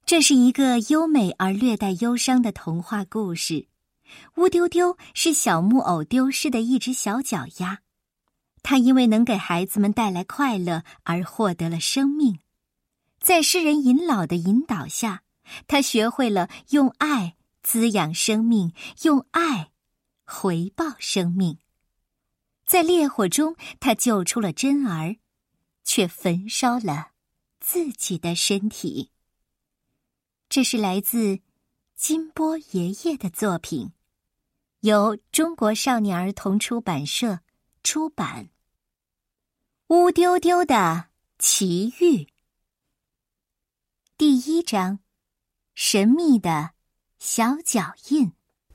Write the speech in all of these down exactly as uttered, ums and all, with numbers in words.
这是一个优美而略带忧伤的童话故事。乌丢丢是小木偶丢失的一只小脚丫，它因为能给孩子们带来快乐而获得了生命。在诗人尹老的引导下，他学会了用爱滋养生命，用爱回报生命。在烈火中，他救出了珍儿，却焚烧了自己的身体。这是来自金波爷爷的作品，由中国少年儿童出版社出版。乌丢丢的奇遇。第一章，神秘的小脚印。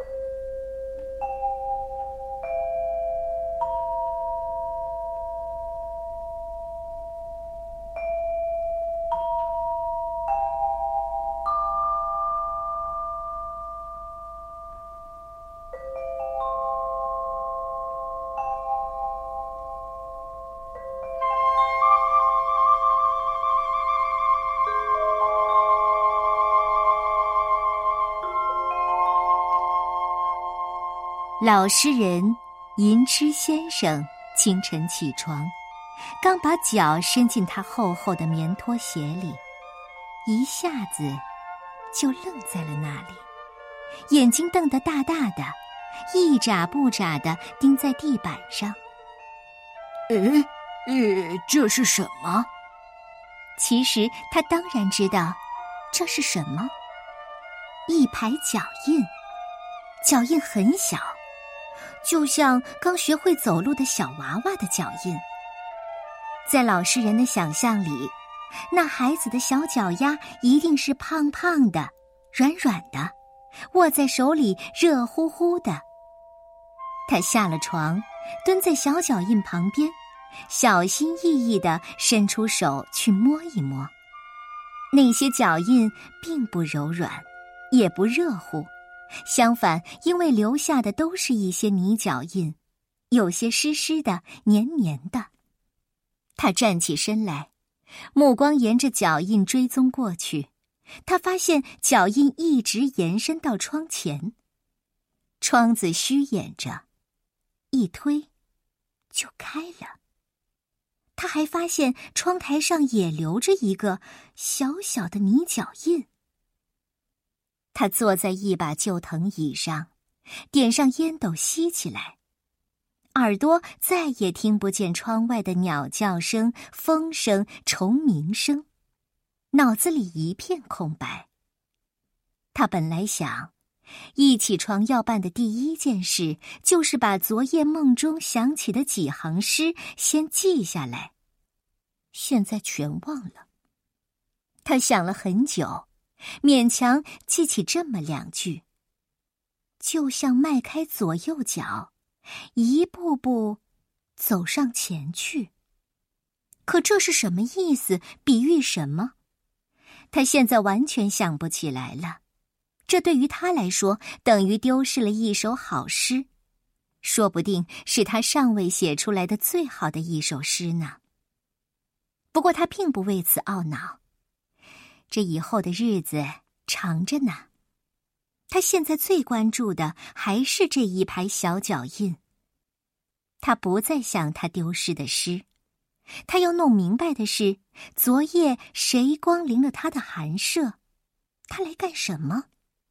老诗人银痴先生清晨起床，刚把脚伸进他厚厚的棉拖鞋里，一下子就愣在了那里，眼睛瞪得大大的，一眨不眨地盯在地板上。 呃呃，这是什么？ 其实他当然知道这是什么，一排脚印，脚印很小，就像刚学会走路的小娃娃的脚印。在老诗人的想象里，那孩子的小脚丫一定是胖胖的，软软的，握在手里热乎乎的。他下了床，蹲在小脚印旁边，小心翼翼地伸出手去摸一摸。那些脚印并不柔软，也不热乎，相反，因为留下的都是一些泥脚印，有些湿湿的，黏黏的。他站起身来，目光沿着脚印追踪过去，他发现脚印一直延伸到窗前，窗子虚掩着，一推就开了。他还发现窗台上也留着一个小小的泥脚印。他坐在一把旧藤椅上，点上烟斗吸起来，耳朵再也听不见窗外的鸟叫声、风声、虫鸣声，脑子里一片空白。他本来想，一起床要办的第一件事就是把昨夜梦中想起的几行诗先记下来，现在全忘了。他想了很久，勉强记起这么两句：就像迈开左右脚，一步步走上前去。可这是什么意思？比喻什么？他现在完全想不起来了。这对于他来说，等于丢失了一首好诗，说不定是他尚未写出来的最好的一首诗呢。不过他并不为此懊恼，这以后的日子长着呢。他现在最关注的还是这一排小脚印。他不再想他丢失的诗，他要弄明白的是，昨夜谁光临了他的寒舍，他来干什么？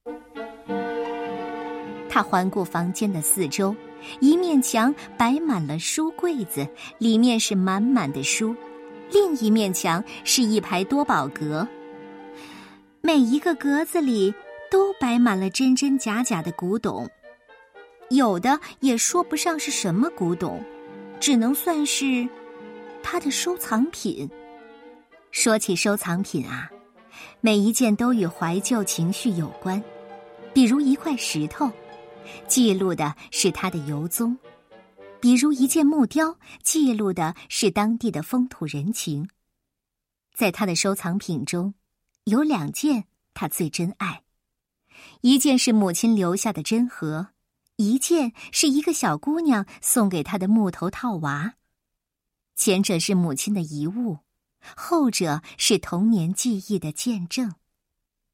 他环顾房间的四周，一面墙摆满了书柜子，里面是满满的书，另一面墙是一排多宝格，每一个格子里都摆满了真真假假的古董，有的也说不上是什么古董，只能算是他的收藏品。说起收藏品啊，每一件都与怀旧情绪有关，比如一块石头，记录的是他的游踪；比如一件木雕，记录的是当地的风土人情。在他的收藏品中，有两件他最珍爱，一件是母亲留下的针盒，一件是一个小姑娘送给他的木头套娃。前者是母亲的遗物，后者是童年记忆的见证。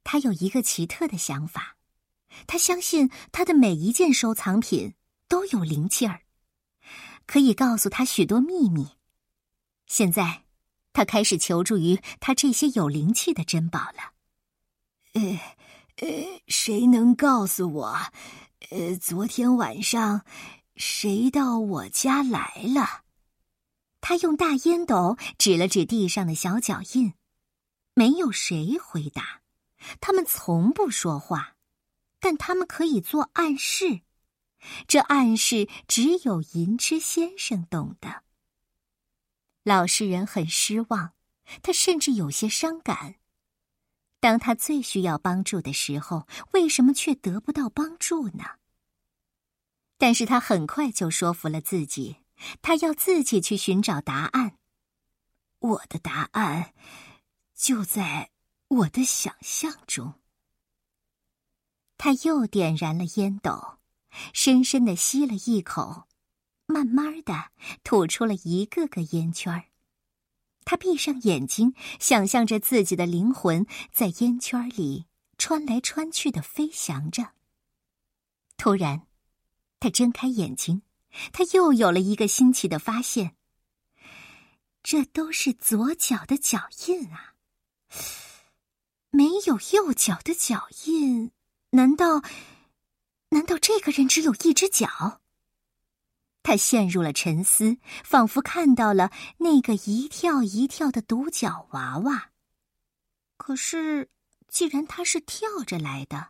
他有一个奇特的想法，他相信他的每一件收藏品都有灵气儿，可以告诉他许多秘密。现在，他开始求助于他这些有灵气的珍宝了。 呃，呃，谁能告诉我，呃，昨天晚上谁到我家来了？ 他用大烟斗指了指地上的小脚印，没有谁回答。他们从不说话，但他们可以做暗示。这暗示只有银痴先生懂得。老实人很失望，他甚至有些伤感。当他最需要帮助的时候，为什么却得不到帮助呢？但是他很快就说服了自己，他要自己去寻找答案。 我的答案就在我的想象中。 他又点燃了烟斗，深深地吸了一口，慢慢地吐出了一个个烟圈儿。他闭上眼睛，想象着自己的灵魂在烟圈里穿来穿去地飞翔着。突然，他睁开眼睛，他又有了一个新奇的发现。这都是左脚的脚印啊，没有右脚的脚印，难道难道这个人只有一只脚？他陷入了沉思，仿佛看到了那个一跳一跳的独角娃娃。可是，既然他是跳着来的，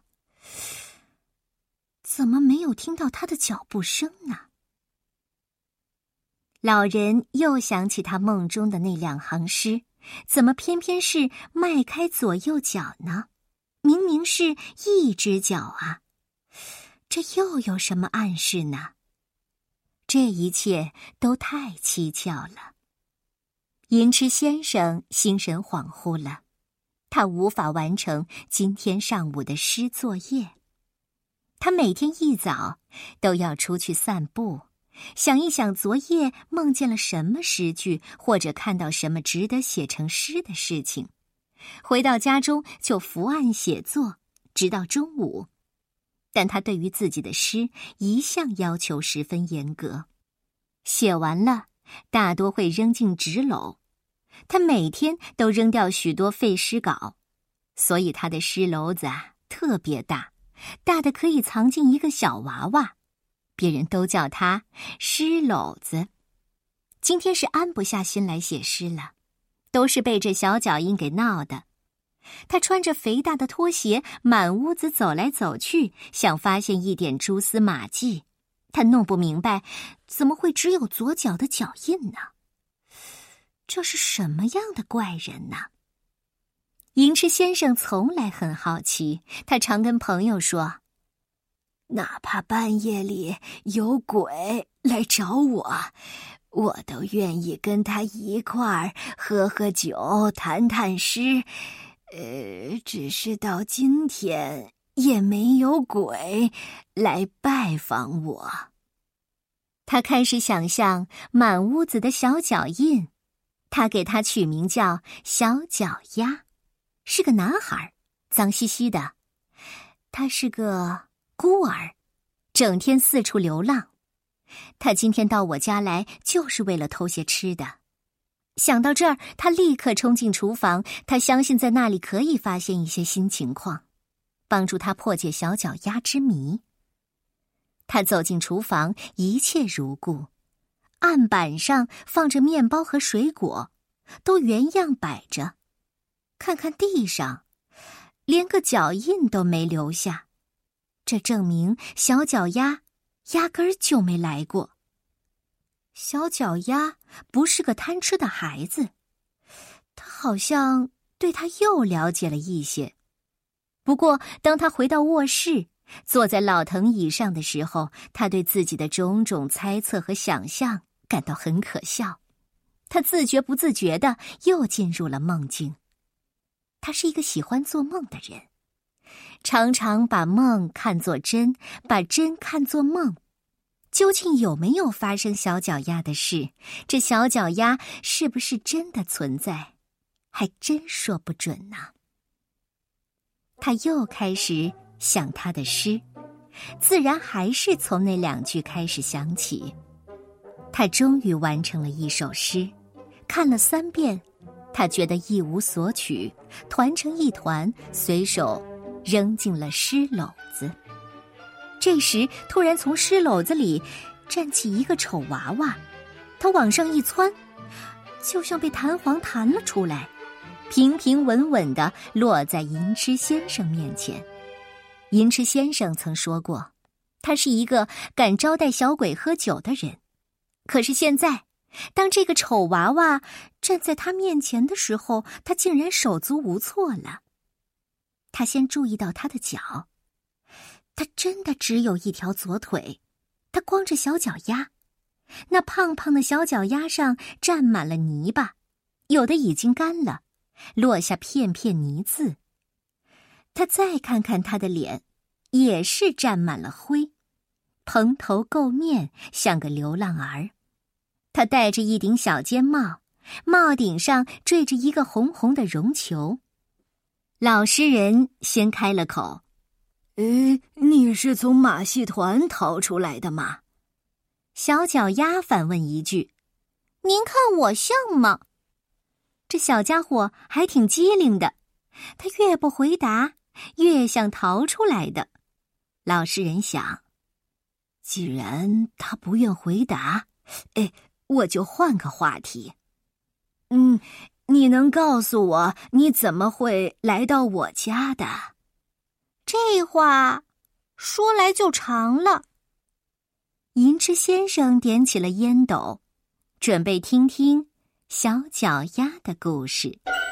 怎么没有听到他的脚步声呢？老人又想起他梦中的那两行诗，怎么偏偏是迈开左右脚呢？明明是一只脚啊！这又有什么暗示呢？这一切都太蹊跷了。银痴先生心神恍惚了，他无法完成今天上午的诗作业。他每天一早都要出去散步，想一想昨夜梦见了什么诗句，或者看到什么值得写成诗的事情。回到家中就伏案写作，直到中午。但他对于自己的诗一向要求十分严格，写完了大多会扔进纸篓。他每天都扔掉许多废诗稿，所以他的诗篓子啊特别大，大的可以藏进一个小娃娃。别人都叫他诗篓子。今天是安不下心来写诗了，都是被这小脚印给闹的。他穿着肥大的拖鞋满屋子走来走去，想发现一点蛛丝马迹。他弄不明白，怎么会只有左脚的脚印呢？这是什么样的怪人呢？银痴先生从来很好奇，他常跟朋友说， 哪怕半夜里有鬼来找我，我都愿意跟他一块儿喝喝酒，谈谈诗。呃，只是到今天也没有鬼来拜访我。 他开始想象满屋子的小脚印，他给他取名叫小脚丫，是个男孩，脏兮兮的。他是个孤儿，整天四处流浪。他今天到我家来就是为了偷些吃的。想到这儿，他立刻冲进厨房，他相信在那里可以发现一些新情况，帮助他破解小脚丫之谜。他走进厨房，一切如故，案板上放着面包和水果，都原样摆着。看看地上，连个脚印都没留下，这证明小脚丫压根儿就没来过。小脚丫不是个贪吃的孩子，他好像对他又了解了一些。不过当他回到卧室，坐在老藤椅上的时候，他对自己的种种猜测和想象感到很可笑。他自觉不自觉地又进入了梦境。他是一个喜欢做梦的人，常常把梦看作真，把真看作梦。究竟有没有发生小脚丫的事？这小脚丫是不是真的存在？还真说不准呢。 他又开始想他的诗，自然还是从那两句开始想起。他终于完成了一首诗，看了三遍，他觉得一无所取，团成一团，随手扔进了诗篓子。这时突然从诗篓子里站起一个丑娃娃，他往上一窜，就像被弹簧弹了出来，平平稳稳地落在银痴先生面前。银痴先生曾说过，他是一个敢招待小鬼喝酒的人。可是现在，当这个丑娃娃站在他面前的时候，他竟然手足无措了。他先注意到他的脚，他真的只有一条左腿，他光着小脚丫，那胖胖的小脚丫上沾满了泥巴，有的已经干了，落下片片泥渍。他再看看他的脸，也是沾满了灰，蓬头垢面，像个流浪儿。他戴着一顶小尖帽，帽顶上缀着一个红红的绒球。老诗人先开了口：“ 呃，你是从马戏团逃出来的吗？” 小脚丫反问一句：“您看我像吗？”这小家伙还挺机灵的，他越不回答，越像逃出来的。老诗人想， 既然他不愿回答，哎，我就换个话题。嗯，你能告诉我你怎么会来到我家的？ 这话说来就长了。银痴先生点起了烟斗，准备听听小脚丫的故事。